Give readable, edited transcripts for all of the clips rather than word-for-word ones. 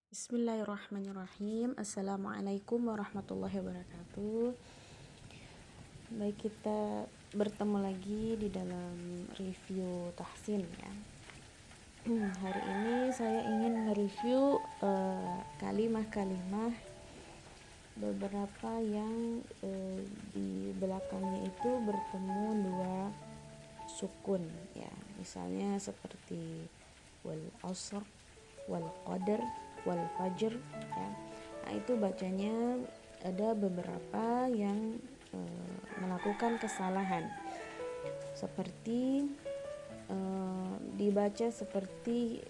Bismillahirrahmanirrahim. Assalamualaikum warahmatullahi wabarakatuh. Baik, kita bertemu lagi di dalam review tahsin ya. Hari ini saya ingin mereview kalimah-kalimah beberapa yang di belakangnya itu bertemu dua sukun ya. Misalnya seperti wal asr, wal qadar, wal fajr ya. Nah, itu bacanya ada beberapa yang melakukan kesalahan. Seperti dibaca seperti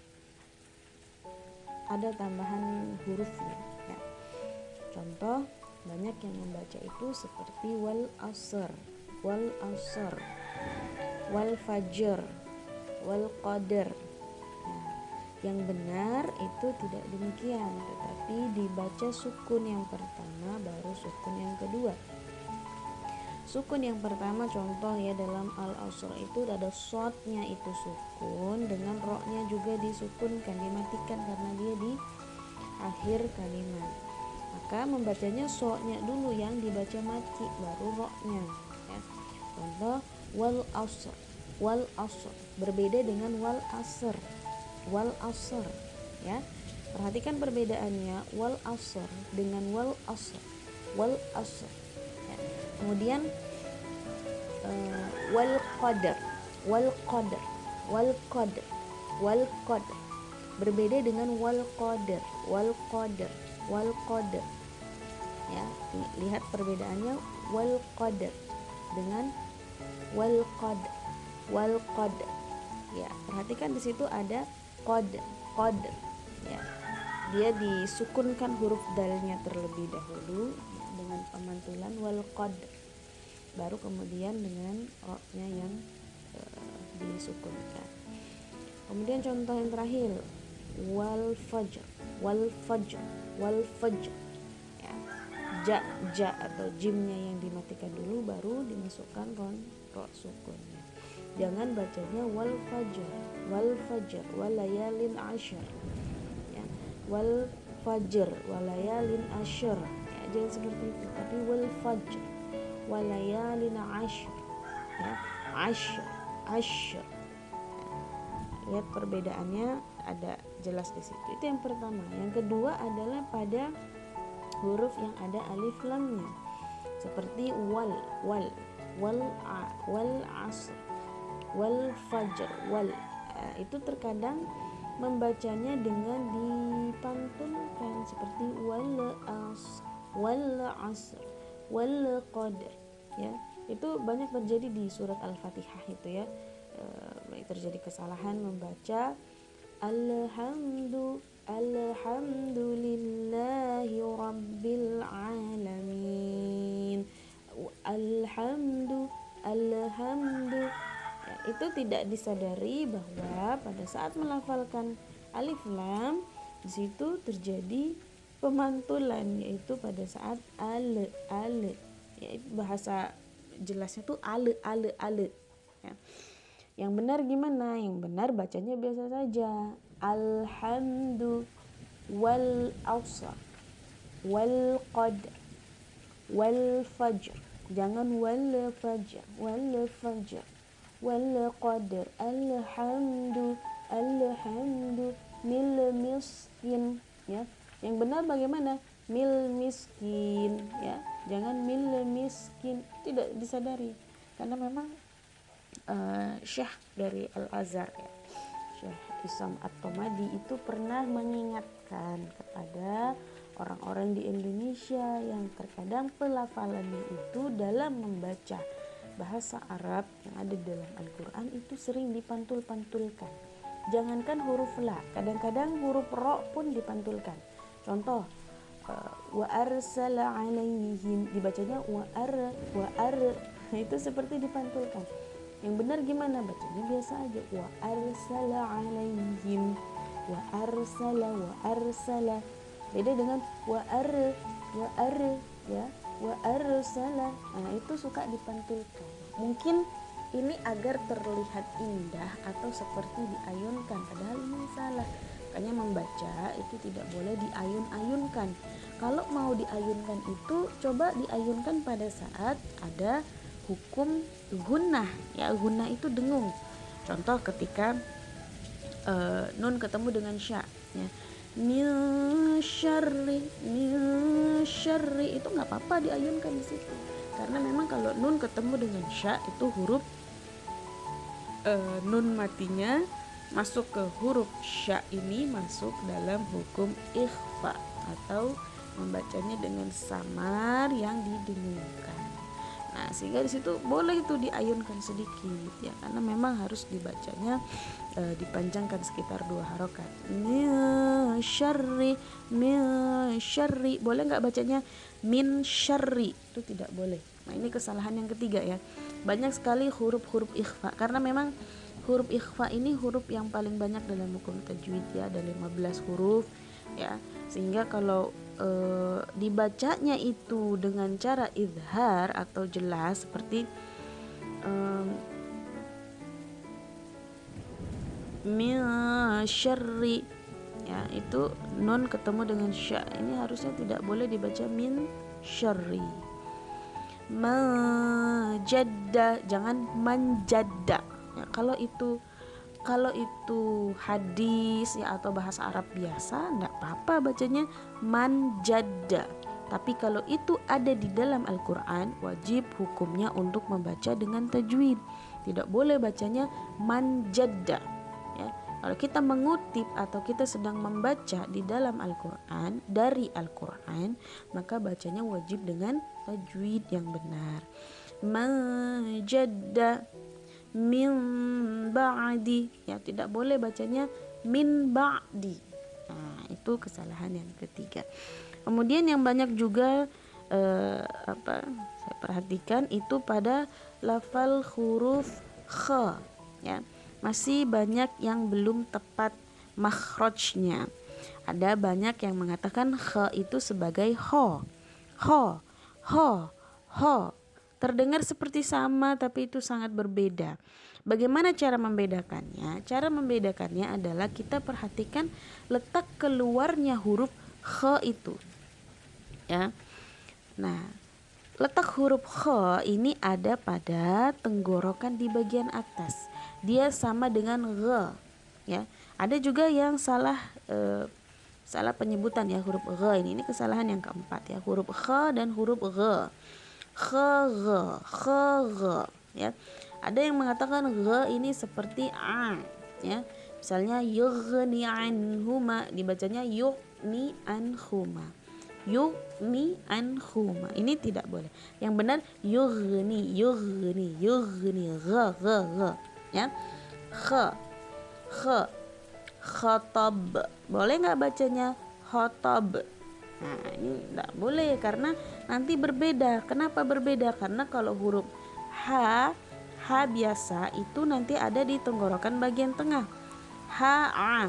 ada tambahan hurufnya ya. Contoh, banyak yang membaca itu seperti wal asr, wal asr, wal fajr, wal qadar. Yang benar itu tidak demikian, tetapi dibaca sukun yang pertama baru sukun yang kedua. Sukun yang pertama contoh ya, dalam al-asr itu ada shotnya itu sukun, dengan roknya juga disukunkan, dimatikan karena dia di akhir kalimat. Maka membacanya shotnya dulu yang dibaca mati, baru roknya ya. Contoh wal asr, wal asr berbeda dengan wal asr, wal asr ya. Perhatikan perbedaannya, wal asr dengan wal asr, wal asr ya. Kemudian wal qadar, wal qadar, wal qadar, wal qadar berbeda dengan wal qadar, wal qadar, wal qadar ya. Lihat perbedaannya, wal qadar dengan wal qadar, wal qadar ya. Perhatikan di situ ada qadar, qadar ya. Dia disukunkan huruf dalnya terlebih dahulu ya, dengan pemantulan wal qadar, baru kemudian dengan roknya yang disukunkan. Kemudian contoh yang terakhir, wal fajr, wal fajr, wal fajr ya. Ja atau jimnya yang dimatikan dulu, baru dimasukkan rok sukunnya. Jangan bacanya wal fajr, wal fajr, wal layalin asyr ya. Wal fajr, wal layalin asyr ya, jangan seperti itu, tapi wal fajr, wal layalin asyr ya. Asyr, asyr ya. Lihat perbedaannya ada jelas di situ. Itu yang pertama. Yang kedua adalah pada huruf yang ada alif lamnya, seperti wal, wal, wal asr, wal fajr, wal. Itu terkadang membacanya dengan dipantulkan seperti wal asr, wal qadar ya. Itu banyak terjadi di surat Al-Fatihah itu ya. Terjadi kesalahan membaca alhamdulillahi rabbil alamin, alhamdu ya, itu tidak disadari bahwa pada saat melafalkan alif lam di situ terjadi pemantulan, yaitu pada saat ale ya. Bahasa jelasnya tuh ale ya. Yang benar gimana? Yang benar bacanya biasa saja, alhamdu wal asr, wal qadar, wal fajr. Jangan wal fajr, wal fajr, wal qadar, alhamdu mil miskin ya. Yang benar bagaimana? Mil miskin ya. Jangan mil miskin, tidak disadari karena memang Syekh dari Al-Azhar ya, Syekh Isam At-Tomadi itu pernah mengingatkan kepada orang-orang di Indonesia yang terkadang pelafalannya itu dalam membaca bahasa Arab yang ada dalam Al-Quran itu sering dipantul-pantulkan. Jangankan huruf la, kadang-kadang huruf ro pun dipantulkan. Contoh, wa arsala alaihim, dibacanya wa ar itu seperti dipantulkan. Yang benar gimana? Bacanya biasa aja, wa arsala alaihim, wa arsala. Beda dengan wa ar ya, wa arsala. Nah, itu suka dipantulkan. Mungkin ini agar terlihat indah atau seperti diayunkan, padahal ini salah. Makanya membaca itu tidak boleh diayun-ayunkan. Kalau mau diayunkan itu coba diayunkan pada saat ada hukum gunnah, ya. Gunnah itu dengung. Contoh ketika nun ketemu dengan sya, ya. Min syarri itu nggak apa-apa diayunkan di situ. Karena memang kalau nun ketemu dengan sya itu huruf nun matinya masuk ke huruf sya ini masuk dalam hukum ikhfa atau membacanya dengan samar yang didengungkan. Nah, sehingga di situ boleh itu diayunkan sedikit, ya, karena memang harus dibacanya dipanjangkan sekitar 2 harokat. Min syarri. Boleh nggak bacanya min syarri? Itu tidak boleh. Nah, ini kesalahan yang ketiga, ya. Banyak sekali huruf-huruf ikhfa, karena memang huruf ikhfa ini huruf yang paling banyak dalam hukum tajwid, ya, ada 15 huruf, ya. Sehingga kalau dibacanya itu dengan cara izhar atau jelas seperti min syarri, ya, itu nun ketemu dengan sya, ini harusnya tidak boleh dibaca min syarri. Majadda, jangan manjadda, ya. Kalau itu hadis, ya, atau bahasa Arab biasa enggak apa-apa bacanya manjadda. Tapi kalau itu ada di dalam Al-Qur'an, wajib hukumnya untuk membaca dengan tajwid. Tidak boleh bacanya manjadda, ya. Kalau kita mengutip atau kita sedang membaca di dalam Al-Qur'an, dari Al-Qur'an, maka bacanya wajib dengan tajwid yang benar. Manjadda min ba'di, ya, tidak boleh bacanya min ba'di. Nah, itu kesalahan yang ketiga. Kemudian yang banyak juga saya perhatikan itu pada lafal huruf kha, ya. Masih banyak yang belum tepat makhrajnya. Ada banyak yang mengatakan kha itu sebagai ho. Terdengar seperti sama tapi itu sangat berbeda. Bagaimana cara membedakannya? Cara membedakannya adalah kita perhatikan letak keluarnya huruf kha itu, ya. Nah, letak huruf kha ini ada pada tenggorokan di bagian atas. Dia sama dengan gha, ya. Ada juga yang salah penyebutan, ya, huruf gha ini. Ini kesalahan yang keempat, ya, huruf kha dan huruf gha. Kha, ya. Ada yang mengatakan gha ini seperti a, ya. Misalnya yughni anhuma, dibacanya yughni anhuma. Ini tidak boleh. Yang benar yughni, gha, ya. Khatab. Boleh nggak bacanya khotab? Nah, ini tidak boleh karena nanti berbeda. Kenapa berbeda? Karena kalau huruf ha biasa itu nanti ada di tenggorokan bagian tengah. Ha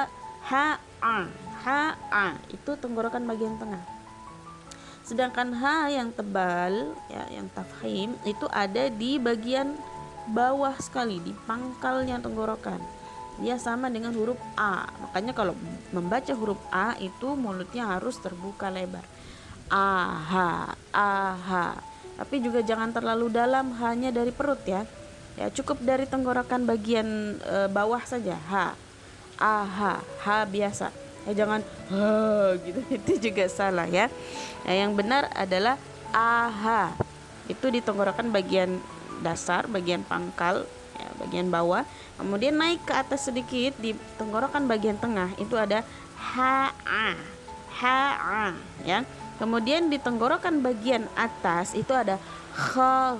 a itu tenggorokan bagian tengah. Sedangkan ha yang tebal, ya, yang tafkhim itu ada di bagian bawah sekali, di pangkalnya tenggorokan. Dia sama dengan huruf A. Makanya kalau membaca huruf A itu mulutnya harus terbuka lebar. Aha. Tapi juga jangan terlalu dalam, hanya dari perut, ya. Ya, cukup dari tenggorokan bagian bawah saja. Ha biasa. Ya, jangan gitu. Itu juga salah, ya. Nah, yang benar adalah aha. Itu di tenggorokan bagian dasar, bagian pangkal, ya, bagian bawah. Kemudian naik ke atas sedikit di tenggorokan bagian tengah itu ada ha a, ya. Kemudian di tenggorokan bagian atas itu ada kha,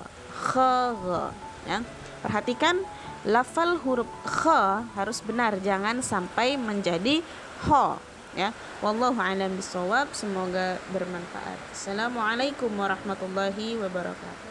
ya. Perhatikan lafal huruf kha harus benar, jangan sampai menjadi ho, ya. Wallahu a'lam bishawab. Semoga bermanfaat. Assalamualaikum warahmatullahi wabarakatuh.